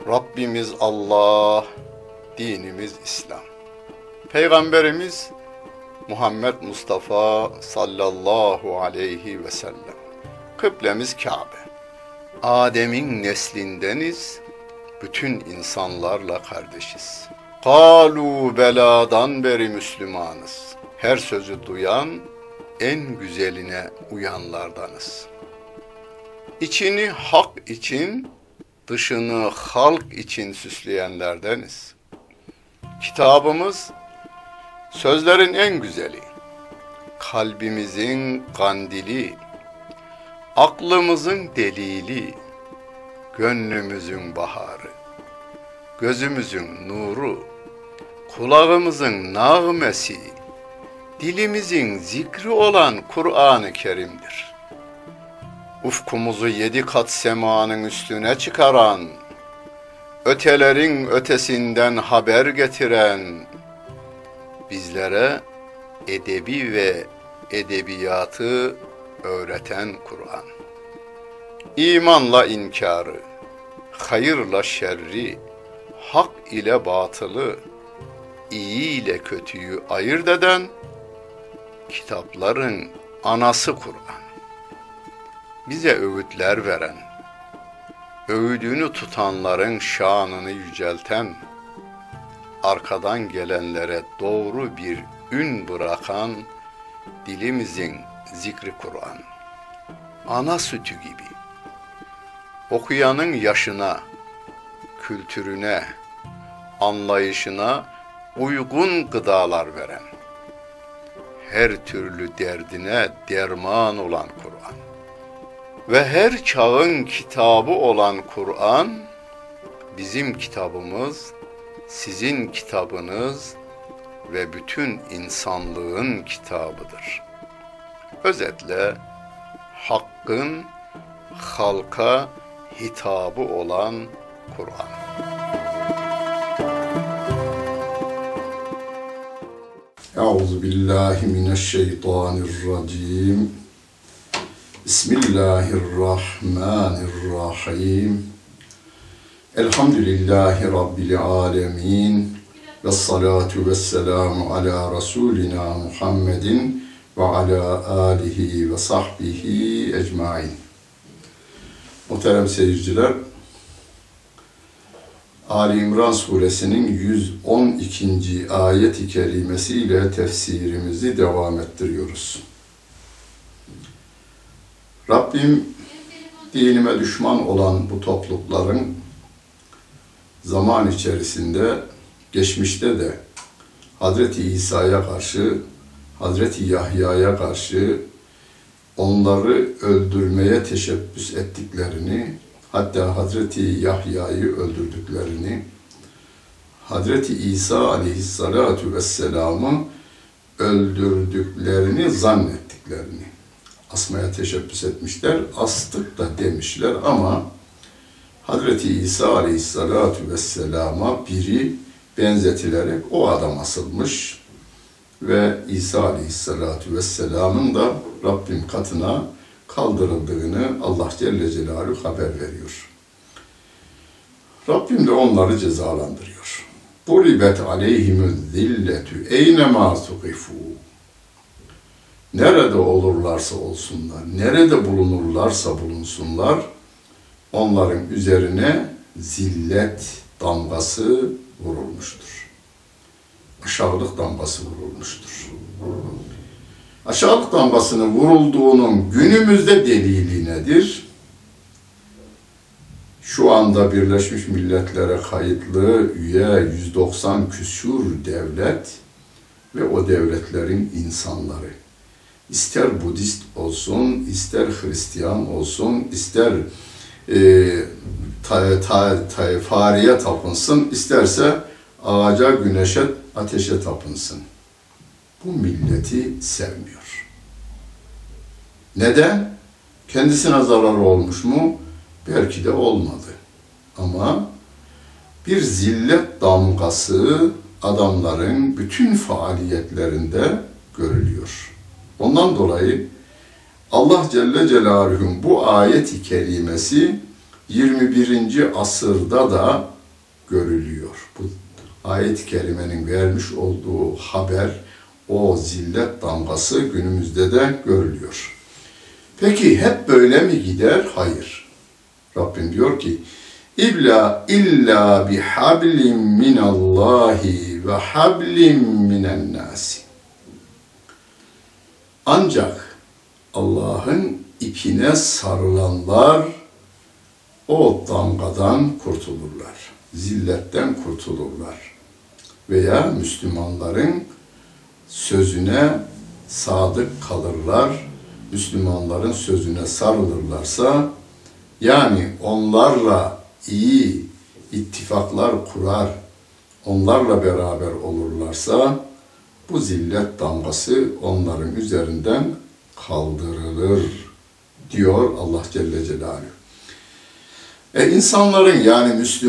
Rabbimiz Allah, dinimiz İslam. Peygamberimiz Muhammed Mustafa sallallahu aleyhi ve sellem. Kıblemiz Kabe. Adem'in neslindeniz, bütün insanlarla kardeşiz. Kalu beladan beri Müslümanız. Her sözü duyan, en güzeline uyanlardanız. İçini hak için, dışını halk için süsleyenlerdeniz. Kitabımız, sözlerin en güzeli, kalbimizin kandili, aklımızın delili, gönlümüzün baharı, gözümüzün nuru, kulağımızın nağmesi, dilimizin zikri olan Kur'an-ı Kerim'dir. Ufkumuzu 7 kat semanın üstüne çıkaran, ötelerin ötesinden haber getiren, bizlere edebi ve edebiyatı öğreten Kur'an. İmanla inkarı, hayırla şerri, hak ile batılı, iyi ile kötüyü ayırt eden kitapların anası Kur'an. Bize öğütler veren, öğüdünü tutanların şanını yücelten, arkadan gelenlere doğru bir ün bırakan dilimizin zikri Kur'an. Ana sütü gibi, okuyanın yaşına, kültürüne, anlayışına uygun gıdalar veren, her türlü derdine derman olan Kur'an ve her çağın kitabı olan Kur'an, bizim kitabımız, sizin kitabınız ve bütün insanlığın kitabıdır. Özetle, hakkın halka hitabı olan Kur'an. Euzubillahimineşşeytanirracim. Bismillahirrahmanirrahim. Elhamdülillahi Rabbil alemin. Vessalatu vesselamu ala Resulina Muhammedin ve ala alihi ve sahbihi ecmain. Muhterem seyirciler, Ali İmran suresinin 112. ayet-i kerimesiyle tefsirimizi devam ettiriyoruz. Rabbim, dinime düşman olan bu toplulukların zaman içerisinde, geçmişte de Hazreti İsa'ya karşı, Hazreti Yahya'ya karşı onları öldürmeye teşebbüs ettiklerini, hatta Hazreti Yahya'yı öldürdüklerini, Hazreti İsa aleyhissalatu vesselam'ı öldürdüklerini zannettiklerini asmaya teşebbüs etmişler. Astık da demişler ama Hazreti İsa aleyhissalatu vesselama biri benzetilerek o adam asılmış ve İsa aleyhissalatu vesselamın da Rabbim katına kaldırıldığını Allah Celle Celaluhu haber veriyor. Rabbim de onları cezalandırıyor. Buribet aleyhimüz zilletü eynemâ sukifû. Nerede olurlarsa olsunlar, nerede bulunurlarsa bulunsunlar, onların üzerine zillet damgası vurulmuştur. Aşağılık damgası vurulmuştur. Aşağılık damgasının vurulduğunun günümüzde delili nedir? Şu anda Birleşmiş Milletler'e kayıtlı üye 190 küsur devlet ve o devletlerin insanları, ister Budist olsun, ister Hristiyan olsun, ister fareye tapınsın, isterse ağaca, güneşe, ateşe tapınsın. Bu milleti sevmiyor. Neden? Kendisine zararı olmuş mu? Belki de olmadı. Ama bir zillet damgası adamların bütün faaliyetlerinde görülüyor. Ondan dolayı Allah Celle Celaluhu'nun bu ayet-i kerimesi 21. asırda da görülüyor. Bu ayet-i kerimenin vermiş olduğu haber, o zillet damgası günümüzde de görülüyor. Peki hep böyle mi gider? Hayır. Rabbim diyor ki illa bihablim minallahi ve hablim minen nasi. Ancak Allah'ın ipine sarılanlar o damgadan kurtulurlar. Zilletten kurtulurlar. Veya Müslümanların sözüne sadık kalırlar. Müslümanların sözüne sarılırlarsa, yani onlarla iyi ittifaklar kurar, onlarla beraber olurlarsa, bu zillet damgası onların üzerinden kaldırılır diyor Allah Celle Celaluhu. İnsanların, yani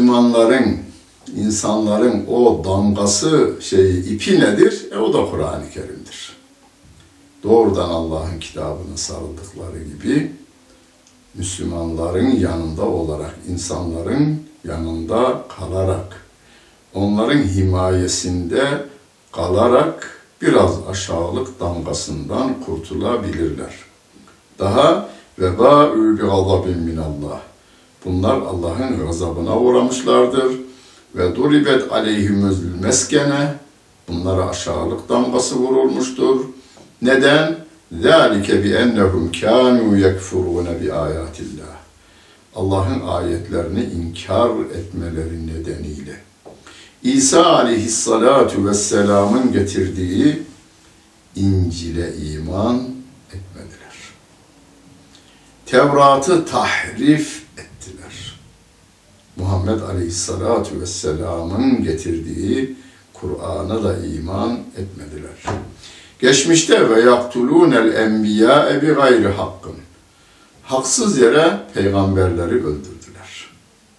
insanların o damgası, ipi nedir? O da Kur'an-ı Kerim'dir. Doğrudan Allah'ın kitabına sarıldıkları gibi, Müslümanların yanında olarak, insanların yanında kalarak, onların himayesinde kalarak biraz aşağılık damgasından kurtulabilirler. Daha ve ba'u bi gazabin minallah. Bunlar Allah'ın gazabına uğramışlardır. Ve duribet aleyhimüz meskene. Bunlara aşağılık damgası vurulmuştur. Neden? ذَٰلِكَ بِأَنَّهُمْ كَانُوا يَكْفُرُونَ بِآيَاتِ اللّٰهِ. Allah'ın ayetlerini inkar etmeleri nedeniyle. İsa aleyhissalatu vesselamın getirdiği İncil'e iman etmediler. Tevrat'ı tahrif ettiler. Muhammed aleyhissalatu vesselamın getirdiği Kur'an'a da iman etmediler. Geçmişte ve yaktulûnel enbiyâe bi gayri hakkın. Haksız yere peygamberleri öldürdüler.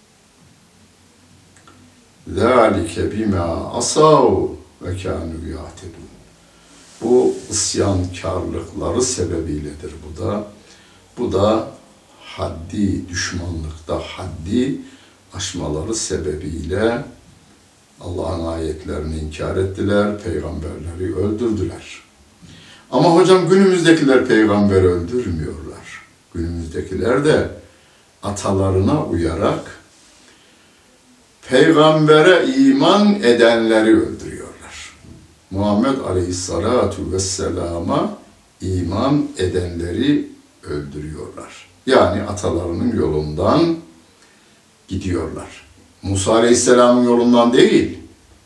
ذَٰلِكَ بِمَا أَصَوْا وَكَانُوا يَعْتَدُونَ. Bu isyankarlıkları sebebiyledir bu da. Bu da haddi düşmanlıkta haddi aşmaları sebebiyle Allah'ın ayetlerini inkar ettiler, peygamberleri öldürdüler. Ama hocam günümüzdekiler peygamber öldürmüyorlar. Günümüzdekiler de atalarına uyarak peygambere iman edenleri öldürüyorlar. Muhammed aleyhissalatu vesselama iman edenleri öldürüyorlar. Yani atalarının yolundan gidiyorlar. Musa aleyhisselamın yolundan değil,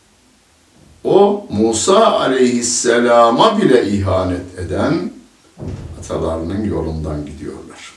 o Musa aleyhisselama bile ihanet eden atalarının yolundan gidiyorlar.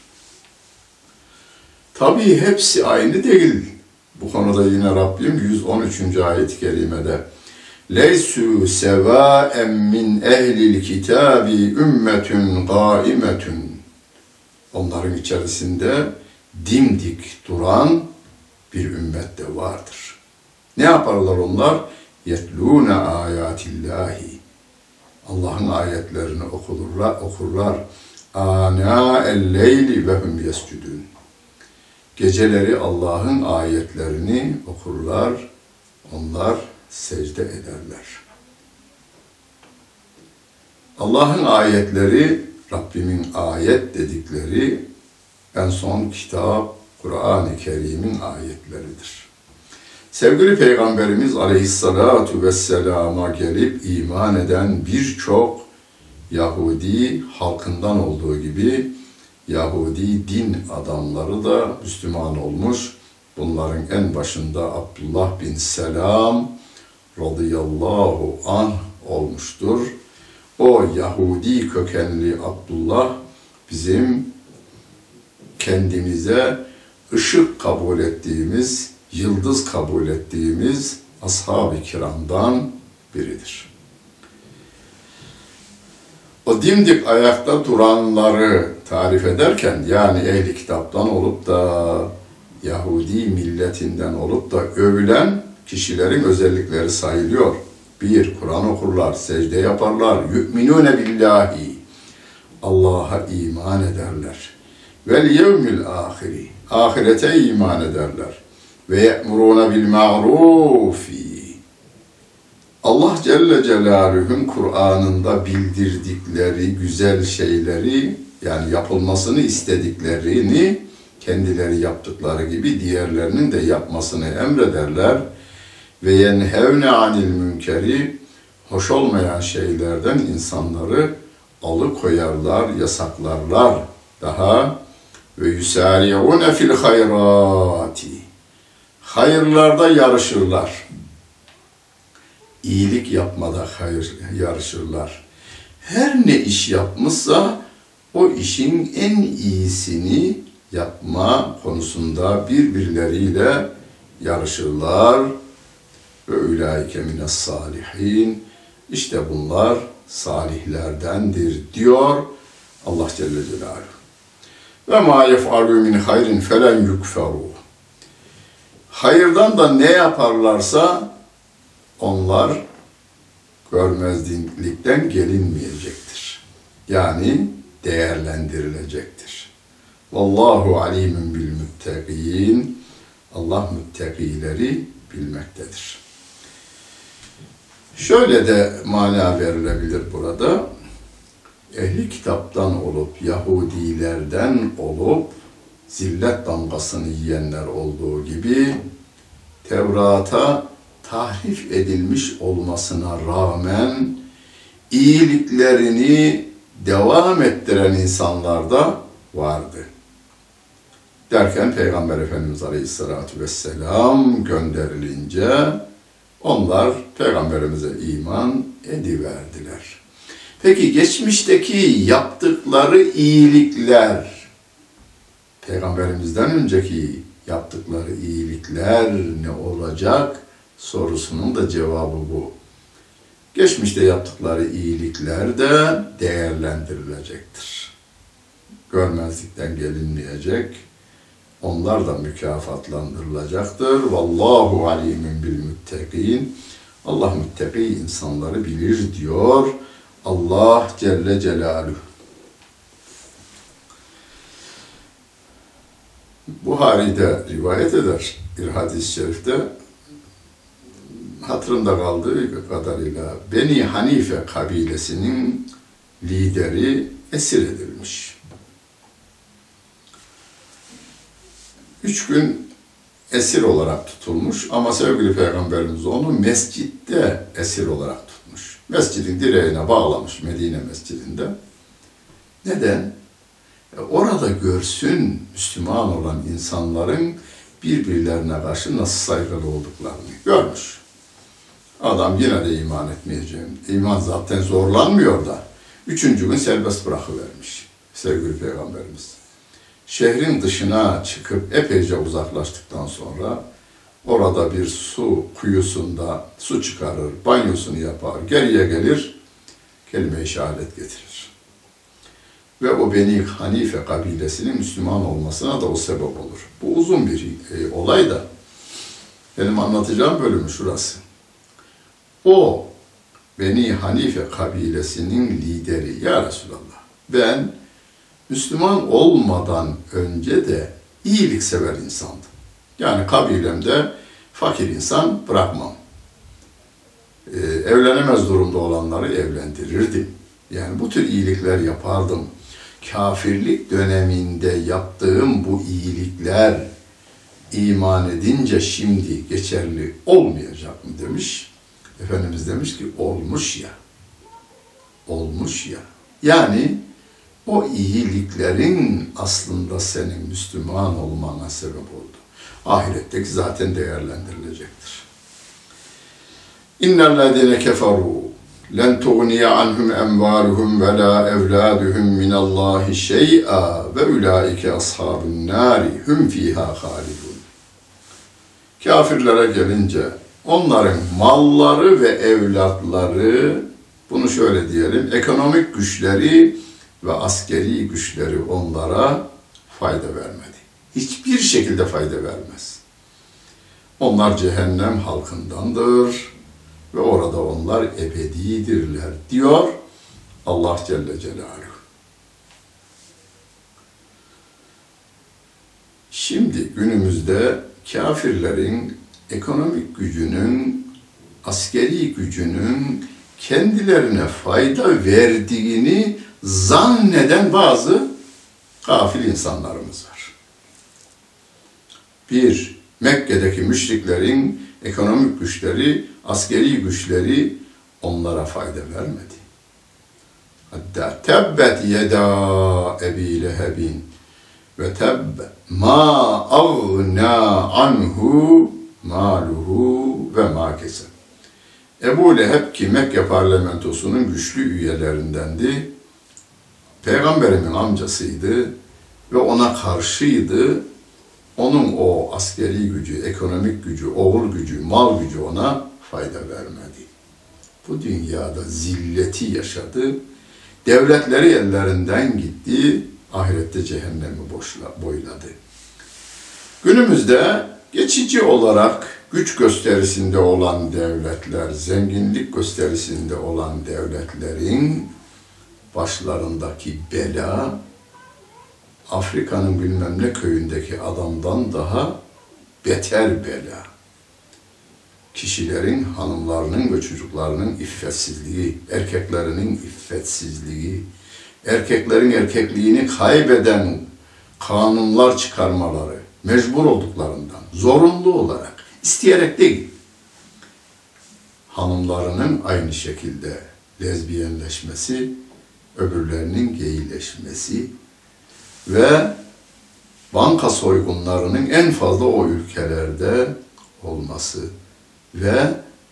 Tabii hepsi aynı değil. Bu konuda yine Rabbim 113. ayet-i kerimede لَيْسُوا سَوَاءً مِّنْ اَهْلِ الْكِتَابِ اُمَّةٌ قَائِمَةٌ. Onların içerisinde dimdik duran bir ümmet de vardır. Ne yaparlar onlar? يَتْلُونَ آيَاتِ اللّٰهِ. Allah'ın ayetlerini okurlar. آنَاءَ اللَّيْلِ وَهُمْ يَسْجُدُونَ. Geceleri Allah'ın ayetlerini okurlar, onlar secde ederler. Allah'ın ayetleri, Rabbimin ayet dedikleri en son kitap, Kur'an-ı Kerim'in ayetleridir. Sevgili Peygamberimiz Aleyhissalatu vesselama gelip iman eden birçok Yahudi halkından olduğu gibi Yahudi din adamları da Müslüman olmuş. Bunların en başında Abdullah bin Selam radıyallahu anh olmuştur. O Yahudi kökenli Abdullah bizim kendimize ışık kabul ettiğimiz, yıldız kabul ettiğimiz ashab-ı kiramdan biridir. O dimdik ayakta duranları tarif ederken, yani ehli kitaptan olup da Yahudi milletinden olup da övülen kişilerin özellikleri sayılıyor. 1. Kur'an okurlar, secde yaparlar. Yu'minune billahi. Allah'a iman ederler. Vel yevmil ahiri. Ahirete iman ederler. ve ye'murûne bil ma'rufi. Allah Celle Celaluhu'nun Kur'an'ında bildirdikleri güzel şeyleri, yani yapılmasını istediklerini kendileri yaptıkları gibi diğerlerinin de yapmasını emrederler. Ve yenhevne anil münkeri, hoş olmayan şeylerden insanları alıkoyarlar, yasaklarlar. Daha ve yusari'une fil hayrati, hayırlarda yarışırlar. İyilik yapmada yarışırlar. Her ne iş yapmışsa o işin en iyisini yapma konusunda birbirleriyle yarışırlar. Ve ulaike mines salihin. İşte bunlar salihlerdendir diyor Allah Celle Celaluhu. Ve ma yef'alû min hayrin felen yukferû. Hayırdan da ne yaparlarsa onlar görmezlikten gelinmeyecektir. Yani değerlendirilecektir. Vallahu alimun bil muttegîn. Allah müttakileri bilmektedir. Şöyle de mana verilebilir burada. Ehli kitaptan olup, Yahudilerden olup, zillet damgasını yiyenler olduğu gibi, Tevrat'a tahrif edilmiş olmasına rağmen, iyiliklerini devam ettiren insanlar da vardı. Derken Peygamber Efendimiz Aleyhisselatü Vesselam gönderilince, onlar Peygamberimize iman ediverdiler. Peki geçmişteki yaptıkları iyilikler, Peygamberimizden önceki yaptıkları iyilikler ne olacak sorusunun da cevabı bu. Geçmişte yaptıkları iyilikler de değerlendirilecektir. Görmezlikten gelinmeyecek. Onlar da mükafatlandırılacaktır. Vallahu alimun bil muttegîn. Allah müttaki insanları bilir diyor Allah Celle Celaluhu. Buhari'de rivayet eder bir hadis-i şerifte, hatırımda kaldığı kadarıyla Beni Hanife kabilesinin lideri esir edilmiş. 3 gün esir olarak tutulmuş ama sevgili Peygamberimiz onu mescitte esir olarak tutmuş. Mescidin direğine bağlamış, Medine mescidinde. Neden? Orada görsün Müslüman olan insanların birbirlerine karşı nasıl saygılı olduklarını görmüş. Adam yine de iman etmeyeceğim. İman zaten zorlanmıyor da. 3. gün serbest bırakıvermiş sevgili Peygamberimiz. Şehrin dışına çıkıp epeyce uzaklaştıktan sonra orada bir su kuyusunda su çıkarır, banyosunu yapar, geriye gelir, kelime-i şehadet getirir. Ve o Beni Hanife kabilesinin Müslüman olmasına da o sebep olur. Bu uzun bir olay da benim anlatacağım bölümü şurası. O Beni Hanife kabilesinin lideri, ya Resulallah, ben Müslüman olmadan önce de iyiliksever insandım. Yani kabilemde fakir insan bırakmam. Evlenemez durumda olanları evlendirirdim. Yani bu tür iyilikler yapardım. Kafirlik döneminde yaptığım bu iyilikler iman edince şimdi geçerli olmayacak mı demiş. Efendimiz demiş ki olmuş ya. Olmuş ya. Yani o iyiliklerin aslında senin Müslüman olmana sebep oldu. Ahiretteki zaten değerlendirilecektir. İnnellezîne keferû len tuğniye anhum emvâluhum ve lâ evlâduhum minallâhi şey'a ve ulaike ashabun nâri hum fîhâ hâlidun. Kafirlere gelince onların malları ve evlatları, bunu şöyle diyelim, ekonomik güçleri ve askeri güçleri onlara fayda vermedi. Hiçbir şekilde fayda vermez. Onlar cehennem halkındandır ve orada onlar ebedidirler diyor Allah Celle Celaluhu. Şimdi günümüzde kafirlerin ekonomik gücünün, askeri gücünün kendilerine fayda verdiğini zanneden bazı gafil insanlarımız var. Bir, Mekke'deki müşriklerin ekonomik güçleri, askeri güçleri onlara fayda vermedi. Hatta tebbet yeda Ebi Lehebin ve tebb ma agna anhu maluhu ve ma keseb. Ebu Leheb ki Mekke parlamentosunun güçlü üyelerindendi. Peygamberimin amcasıydı ve ona karşıydı. Onun o askeri gücü, ekonomik gücü, oğul gücü, mal gücü ona fayda vermedi. Bu dünyada zilleti yaşadı. Devletleri ellerinden gitti. Ahirette cehennemi boyladı. Günümüzde geçici olarak güç gösterisinde olan devletler, zenginlik gösterisinde olan devletlerin başlarındaki bela, Afrika'nın bilmem ne köyündeki adamdan daha beter bela. Kişilerin, hanımlarının ve çocuklarının iffetsizliği, erkeklerinin iffetsizliği, erkeklerin erkekliğini kaybeden kanunlar çıkarmaları, mecbur olduklarından, zorunlu olarak, isteyerek değil. Hanımlarının aynı şekilde lezbiyenleşmesi, öbürlerinin geyleşmesi ve banka soygunlarının en fazla o ülkelerde olması ve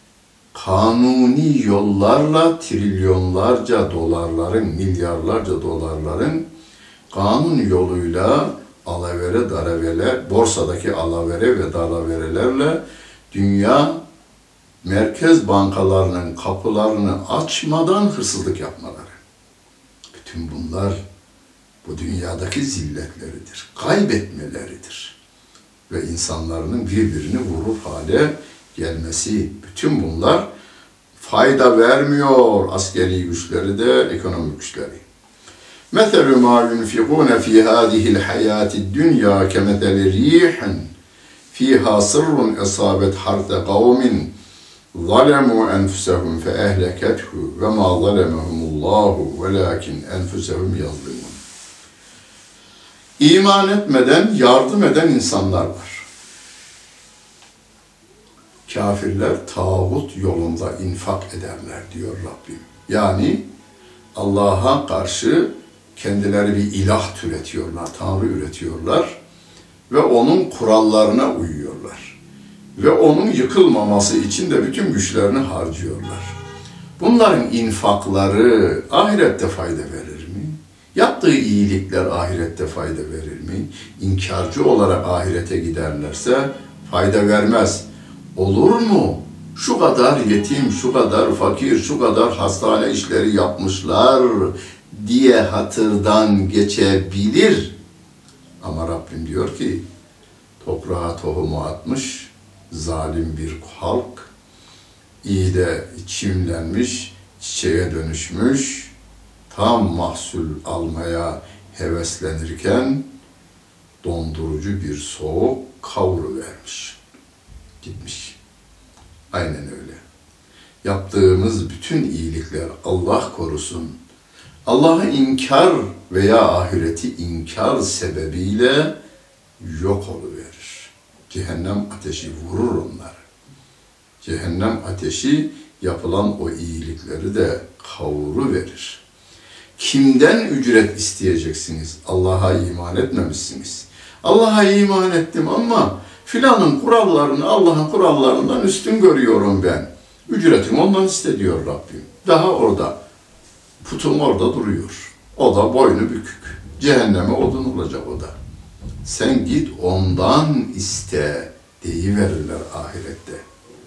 kanuni yollarla trilyonlarca dolarların, milyarlarca dolarların kanun yoluyla alavere, daraveler, borsadaki alavere ve daraverelerle dünya merkez bankalarının kapılarını açmadan hırsızlık yapmaları. Bütün bunlar bu dünyadaki zilletleridir, kaybetmeleridir. Ve insanların birbirini vurur hale gelmesi, bütün bunlar fayda vermiyor askeri güçleri de, ekonomik güçleri. مَثَلُ مَا يُنْفِقُونَ فِي هَذِهِ الْحَيَاةِ الدُّنْيَا كَمَثَلِ رِيحٍ فِيهَا صِرٌّ أَصَابَتْ حَرْثَ قَوْمٍ ظَلَمُوا أَنْفُسَهُمْ فَأَهْلَكَتْهُ وَمَا ظَلَمَهُمُ اللّٰهُ وَلَكِنْ أَنْفُسَهُمْ يَظْلِمُونَ. İman etmeden, yardım eden insanlar var. Kafirler tağut yolunda infak ederler diyor Rabbim. Yani Allah'a karşı kendileri bir ilah türetiyorlar, Tanrı üretiyorlar ve onun kurallarına uyuyorlar. Ve onun yıkılmaması için de bütün güçlerini harcıyorlar. Bunların infakları ahirette fayda verir mi? Yaptığı iyilikler ahirette fayda verir mi? İnkarcı olarak ahirete giderlerse fayda vermez. Olur mu? Şu kadar yetim, şu kadar fakir, şu kadar hastane işleri yapmışlar diye hatırdan geçebilir. Ama Rabbim diyor ki, toprağa tohumu atmış, zalim bir halk, iyi de çimlenmiş, çiçeğe dönüşmüş, tam mahsul almaya heveslenirken dondurucu bir soğuk kavuruvermiş, gitmiş. Aynen öyle. Yaptığımız bütün iyilikler Allah korusun, Allah'ı inkar veya ahireti inkar sebebiyle yok oluverir. Cehennem ateşi vurur onları. Cehennem ateşi yapılan o iyilikleri de kavuruverir. Kimden ücret isteyeceksiniz? Allah'a iman etmemişsiniz. Allah'a iman ettim ama filanın kurallarını Allah'ın kurallarından üstün görüyorum ben. Ücretimi ondan iste diyor Rabbim. Daha orada, putum orada duruyor. O da boynu bükük. Cehenneme odun olacak o da. Sen git ondan iste deyiverirler ahirette.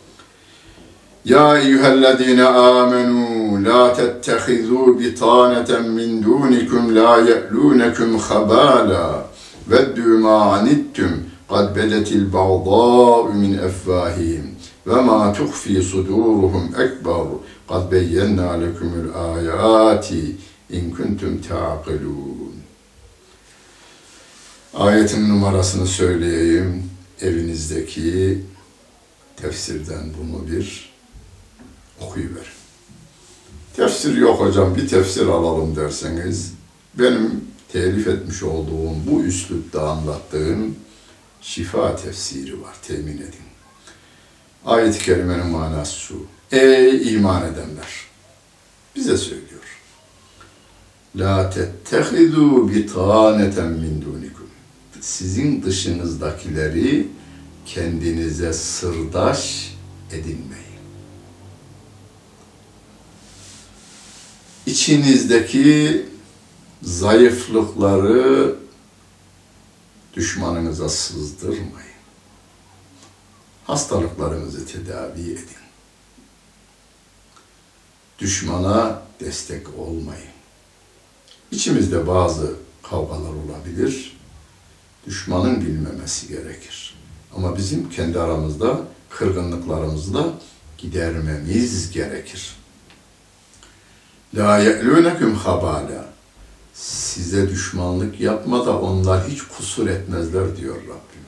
Ya eyyühellezine amenu la tettehizu bitaneten min dunikum la ye'lunekum khabala veddü ma anittum kad bedetil bağdâ'u min effâhihim ve ma tuhfi suduruhum ekber kad beyyennâ lekumul âyâti in kuntum ta'qilûn. Ayetin numarasını söyleyeyim. evinizdeki tefsirden bunu bir okuyuverin. Tefsir yok hocam, bir tefsir alalım derseniz, benim telif etmiş olduğum bu üslupta anlattığım şifa tefsiri var, temin edin. Ayet-i kerimenin manası şu: ey iman edenler, bize söylüyor. La tettehidu bitaneten min dunikum. Sizin dışınızdakileri kendinize sırdaş edinmeyin. İçinizdeki zayıflıkları düşmanınıza sızdırmayın. Hastalıklarınızı tedavi edin. Düşmana destek olmayın. İçimizde bazı kavgalar olabilir. Düşmanın bilmemesi gerekir. Ama bizim kendi aramızda kırgınlıklarımızı da gidermemiz gerekir. La ye'lûnekum habâlâ. Size düşmanlık yapma da onlar hiç kusur etmezler diyor Rabbim.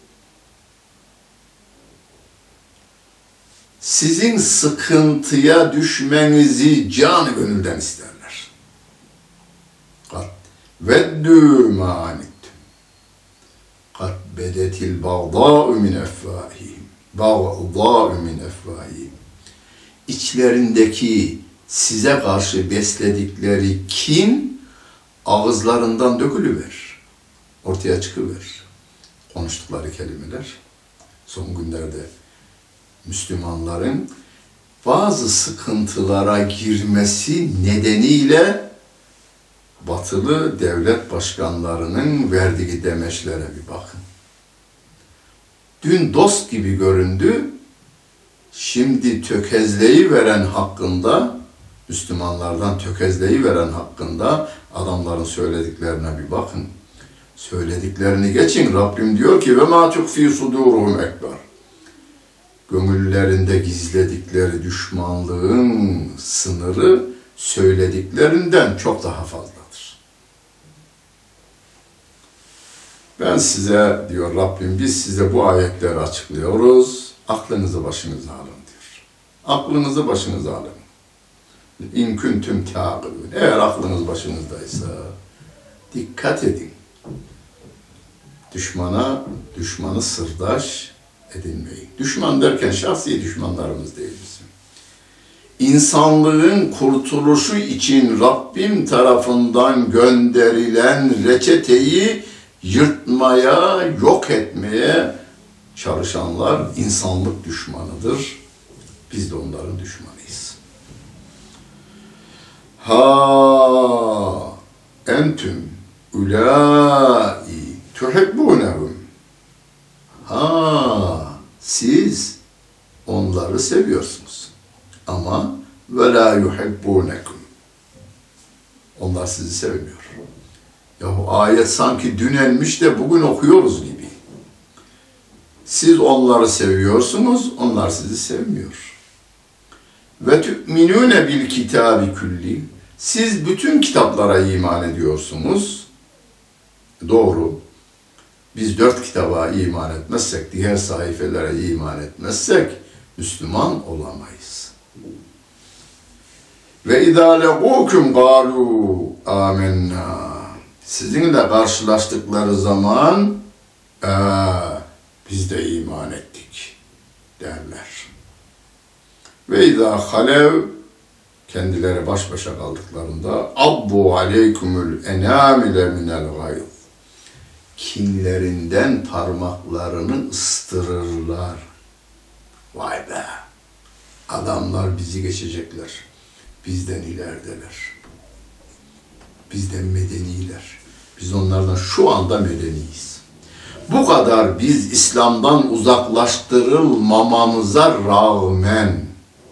Sizin sıkıntıya düşmenizi canı gönülden isterler. Kat veddû mâ anittum. Kat bedetil bağdâ'u min effâhihim. Bağdâ'u min effâhihim. İçlerindeki size karşı besledikleri kin ağızlarından dökülüver. Ortaya çıkıver. Konuştukları kelimeler. Son günlerde Müslümanların bazı sıkıntılara girmesi nedeniyle batılı devlet başkanlarının verdiği demeçlere bir bakın. Dün dost gibi göründü, şimdi tökezleyiveren hakkında, Müslümanlardan tökezleyiveren hakkında adamların söylediklerine bir bakın. Söylediklerini geçin. Rabbim diyor ki ve ma tukfi suduruhum ekber. Gönüllerinde gizledikleri düşmanlığın sınırı söylediklerinden çok daha fazladır. Ben size diyor Rabbim, biz size bu ayetleri açıklıyoruz. Aklınızı başınıza alın diyor. Aklınızı başınıza alın. İn kuntum ta'qilun. Eğer aklınız başınızdaysa dikkat edin. Düşmanı sırdaş edinmeyin. Düşman derken şahsi düşmanlarımız değil bizim. İnsanlığın kurtuluşu için Rabbim tarafından gönderilen reçeteyi yırtmaya, yok etmeye çalışanlar insanlık düşmanıdır. Biz de onların düşmanıyız. Ha entüm ulâi tuhibbûnehum. Ha siz onları seviyorsunuz. Ama ve la yuhibbûnekum. Onlar sizi sevmiyor. Ya bu ayet sanki dün inmiş de bugün okuyoruz gibi. Siz onları seviyorsunuz, onlar sizi sevmiyor. Ve tu'minûne bil kitâbi külli. Siz bütün kitaplara iman ediyorsunuz. Doğru. Biz 4 kitaba iman etmezsek, diğer sayfelere iman etmezsek Müslüman olamayız. Ve idâ legûküm gâlû âmennâ. Sizinle karşılaştıkları zaman biz de iman ettik derler. Ve idâ halev, kendileri baş başa kaldıklarında abbu aleykumul enâmile minel gayz. Kinlerinden parmaklarını ıstırırlar. Vay be! Adamlar bizi geçecekler. Bizden ilerideler. Bizden medeniler. Biz onlardan şu anda medeniyiz. Bu kadar biz İslam'dan uzaklaştırılmamamıza rağmen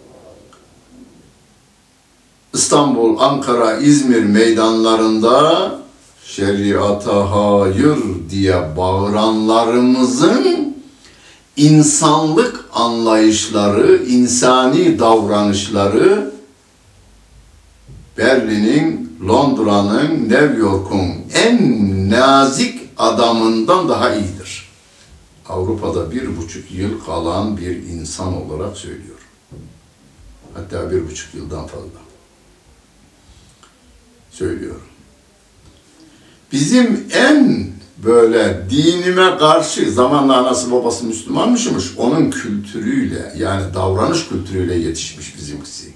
İstanbul, Ankara, İzmir meydanlarında şeriata hayır diye bağıranlarımızın insanlık anlayışları, insani davranışları Berlin'in, Londra'nın, New York'un en nazik adamından daha iyidir. Avrupa'da 1,5 yıl kalan bir insan olarak söylüyorum. Hatta 1,5 yıldan fazla söylüyorum. Bizim en böyle dinime karşı, zamanla anası babası Müslümanmışmış, onun kültürüyle, yani davranış kültürüyle yetişmiş bizimkisi.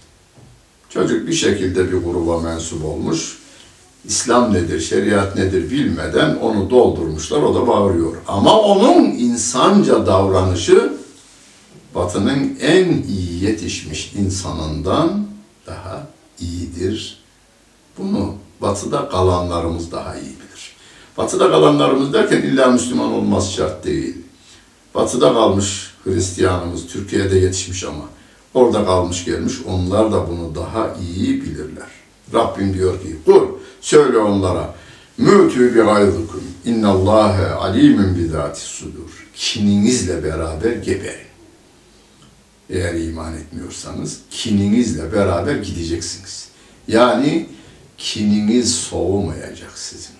Çocuk bir şekilde bir gruba mensup olmuş, İslam nedir, şeriat nedir bilmeden onu doldurmuşlar, o da bağırıyor. Ama onun insanca davranışı, Batı'nın en iyi yetişmiş insanından daha iyidir. Bunu Batı'da kalanlarımız daha iyi bilir. Batı'da kalanlarımız derken illa Müslüman olmaz şart değil. Batı'da kalmış Hristiyanımız, Türkiye'de yetişmiş ama orada kalmış gelmiş, onlar da bunu daha iyi bilirler. Rabbim diyor ki, kul, söyle onlara, mütü bi gayzukum, innallâhe alîmün bizâtis sudur. Kininizle beraber geberin. Eğer iman etmiyorsanız, kininizle beraber gideceksiniz. Yani kininiz soğumayacak sizin.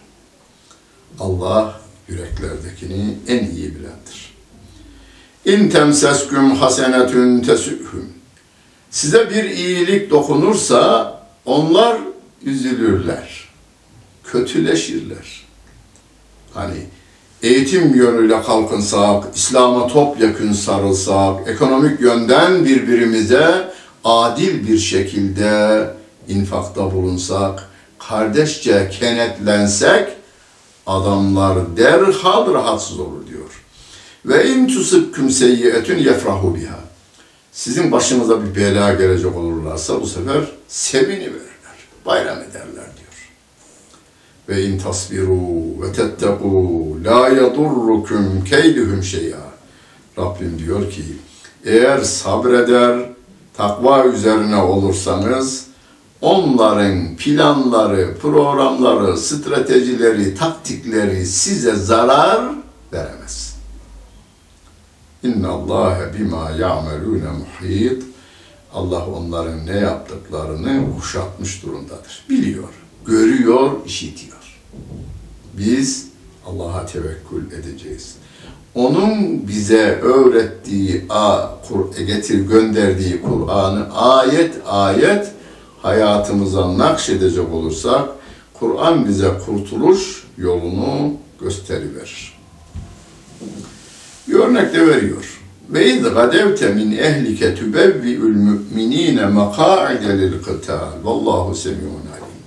Allah yüreklerdekini en iyi bilendir. İn temsesküm hasenetün tesühüm. Size bir iyilik dokunursa onlar üzülürler, kötüleşirler. Hani eğitim yönüyle kalkınsak, İslam'a topyekün sarılsak, ekonomik yönden birbirimize adil bir şekilde infakta bulunsak, kardeşçe kenetlensek, adamlar derhal rahatsız olur diyor. Ve in tusibkum seyyi'etun yefrahu biha. Sizin başınıza bir bela gelecek olurlarsa bu sefer seviniverirler, bayram ederler diyor. Ve in tasbiru ve tettekû la yadurrukum keyduhum şey'a. Rabbim diyor ki, eğer sabreder, takva üzerine olursanız, onların planları, programları, stratejileri, taktikleri size zarar veremez. İnna Allahe bima ya'melûne muhît. Allah onların ne yaptıklarını kuşatmış durumdadır. Biliyor, görüyor, işitiyor. Biz Allah'a tevekkül edeceğiz. Onun bize öğrettiği, gönderdiği Kur'an'ı ayet ayet hayatımıza nakşedecek olursak, Kur'an bize kurtuluş yolunu gösteriverir. Bir örnek de veriyor. Ve iz gadevte min ehlike tubevvi'ül mü'minîne mekâide lil kıtâl. Vallahu semî'un alîm.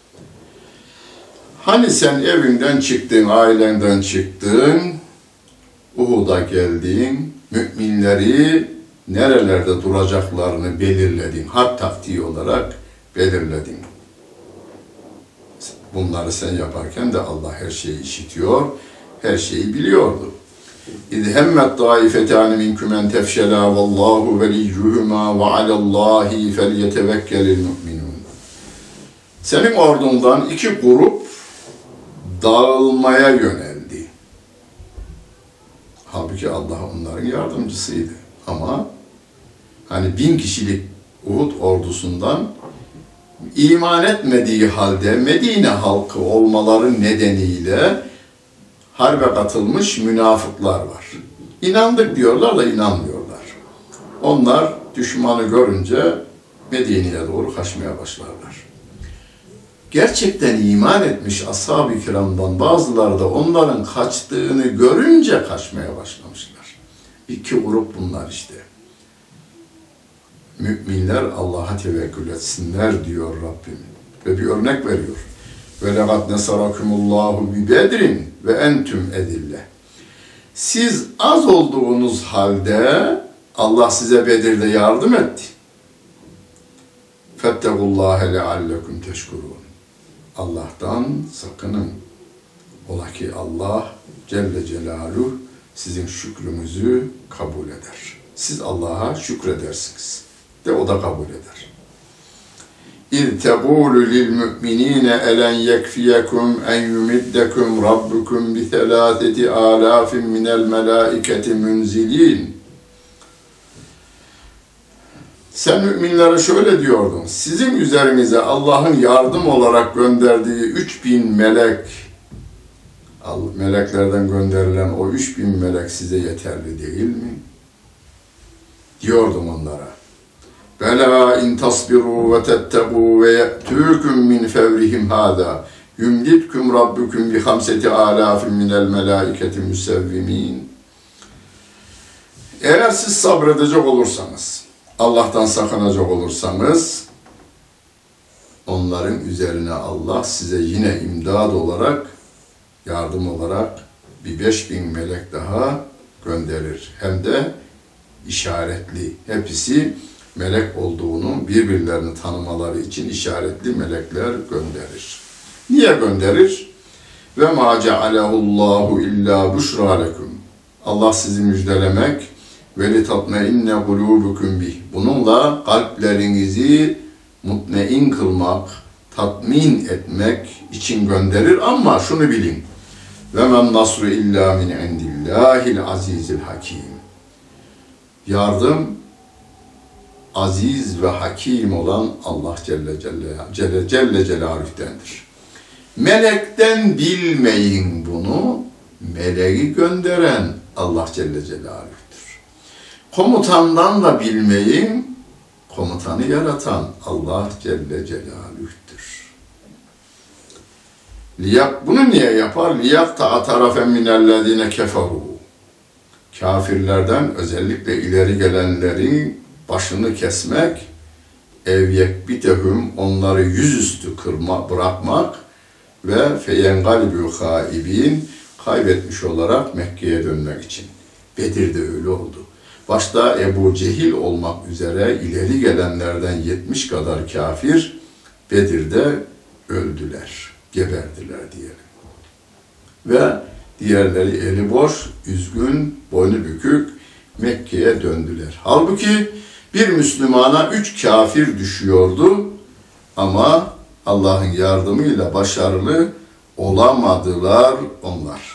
Hani sen evinden çıktın, ailenden çıktın, Uhud'a geldin, müminleri nerelerde duracaklarını belirledin, harp taktiği olarak belirledin. Bunları sen yaparken de Allah her şeyi işitiyor, her şeyi biliyordu. İz hemmet taifetâni minküm en tefşelâ vallâhu veliyyuhumâ ve alallâhi felyetevekkelil mu'minûn. Senin ordundan iki grup dağılmaya yöneldi. Halbuki Allah onların yardımcısıydı. Ama hani 1000 kişilik Uhud ordusundan iman etmediği halde Medine halkı olmaları nedeniyle harbe katılmış münafıklar var. İnandık diyorlar da inanmıyorlar. Onlar düşmanı görünce Medine'ye doğru kaçmaya başlarlar. Gerçekten iman etmiş ashab-ı kiramdan bazıları da onların kaçtığını görünce kaçmaya başlamışlar. İki grup bunlar işte. Müminler Allah'a tevekkül etsinler diyor Rabbim. Ve bir örnek veriyor. Ve legat nesarakumullahu bi bedrin ve entüm edille. Siz az olduğunuz halde Allah size Bedir'de yardım etti. Fettekullâhe leallekum teşkurûn. Allah'tan sakının. Ola ki Allah Celle Celaluhu sizin şükrünüzü kabul eder. Siz Allah'a şükredersiniz. De o da kabul eder. İz tegûlü lil mü'minîne elen yekfiyekum en yumiddekum rabbukum bi thelâtheti âlâfin minel melâiketi münzilîn. Sen müminlere şöyle diyordun, sizin üzerinize Allah'ın yardım olarak gönderdiği 3000 melek Meleklerden gönderilen o 3000 melek size yeterli değil mi? Diyordum onlara. Bela in tasbiru ve tettegû ve ye'tûküm min fevrihim hâdâ yumditkum rabbukum bi 5000 minel melâiketi müsevvimin. Eğer siz sabredecek olursanız, Allah'tan sakınacak olursanız, onların üzerine Allah size yine imdad olarak, yardım olarak bir 5000 melek daha gönderir. Hem de işaretli. Hepsi melek olduğunu birbirlerini tanımaları için işaretli melekler gönderir. Niye gönderir? Ve ma cealehullahu illa buşra lekum. Allah sizi müjdelemek ve li tatmeinne kulubukum bih. Bununla kalplerinizi mutmain kılmak, tatmin etmek için gönderir ama şunu bilin. Ve men nasru illa min indillahil azizil hakim. Yardım aziz ve hakim olan Allah Celle Celaluh'tendir. Melekten bilmeyin bunu, meleği gönderen Allah Celle Celaluh'tür. Komutandan da bilmeyin, komutanı yaratan Allah Celle Celaluh'tür. Bunu niye yapar? لِيَقْتَعَ تَرَفًا مِنَ الَّذ۪ينَ كَفَرُوا. Kafirlerden özellikle ileri gelenlerin başını kesmek, evyekbitehum onları yüzüstü bırakmak ve feyengalibü haibin kaybetmiş olarak Mekke'ye dönmek için. Bedir'de öyle oldu. Başta Ebu Cehil olmak üzere ileri gelenlerden 70 kadar kafir Bedir'de öldüler, geberdiler diyelim. Ve diğerleri eli boş, üzgün, boynu bükük Mekke'ye döndüler. Halbuki bir Müslümana 3 kafir düşüyordu ama Allah'ın yardımıyla başarılı olamadılar onlar.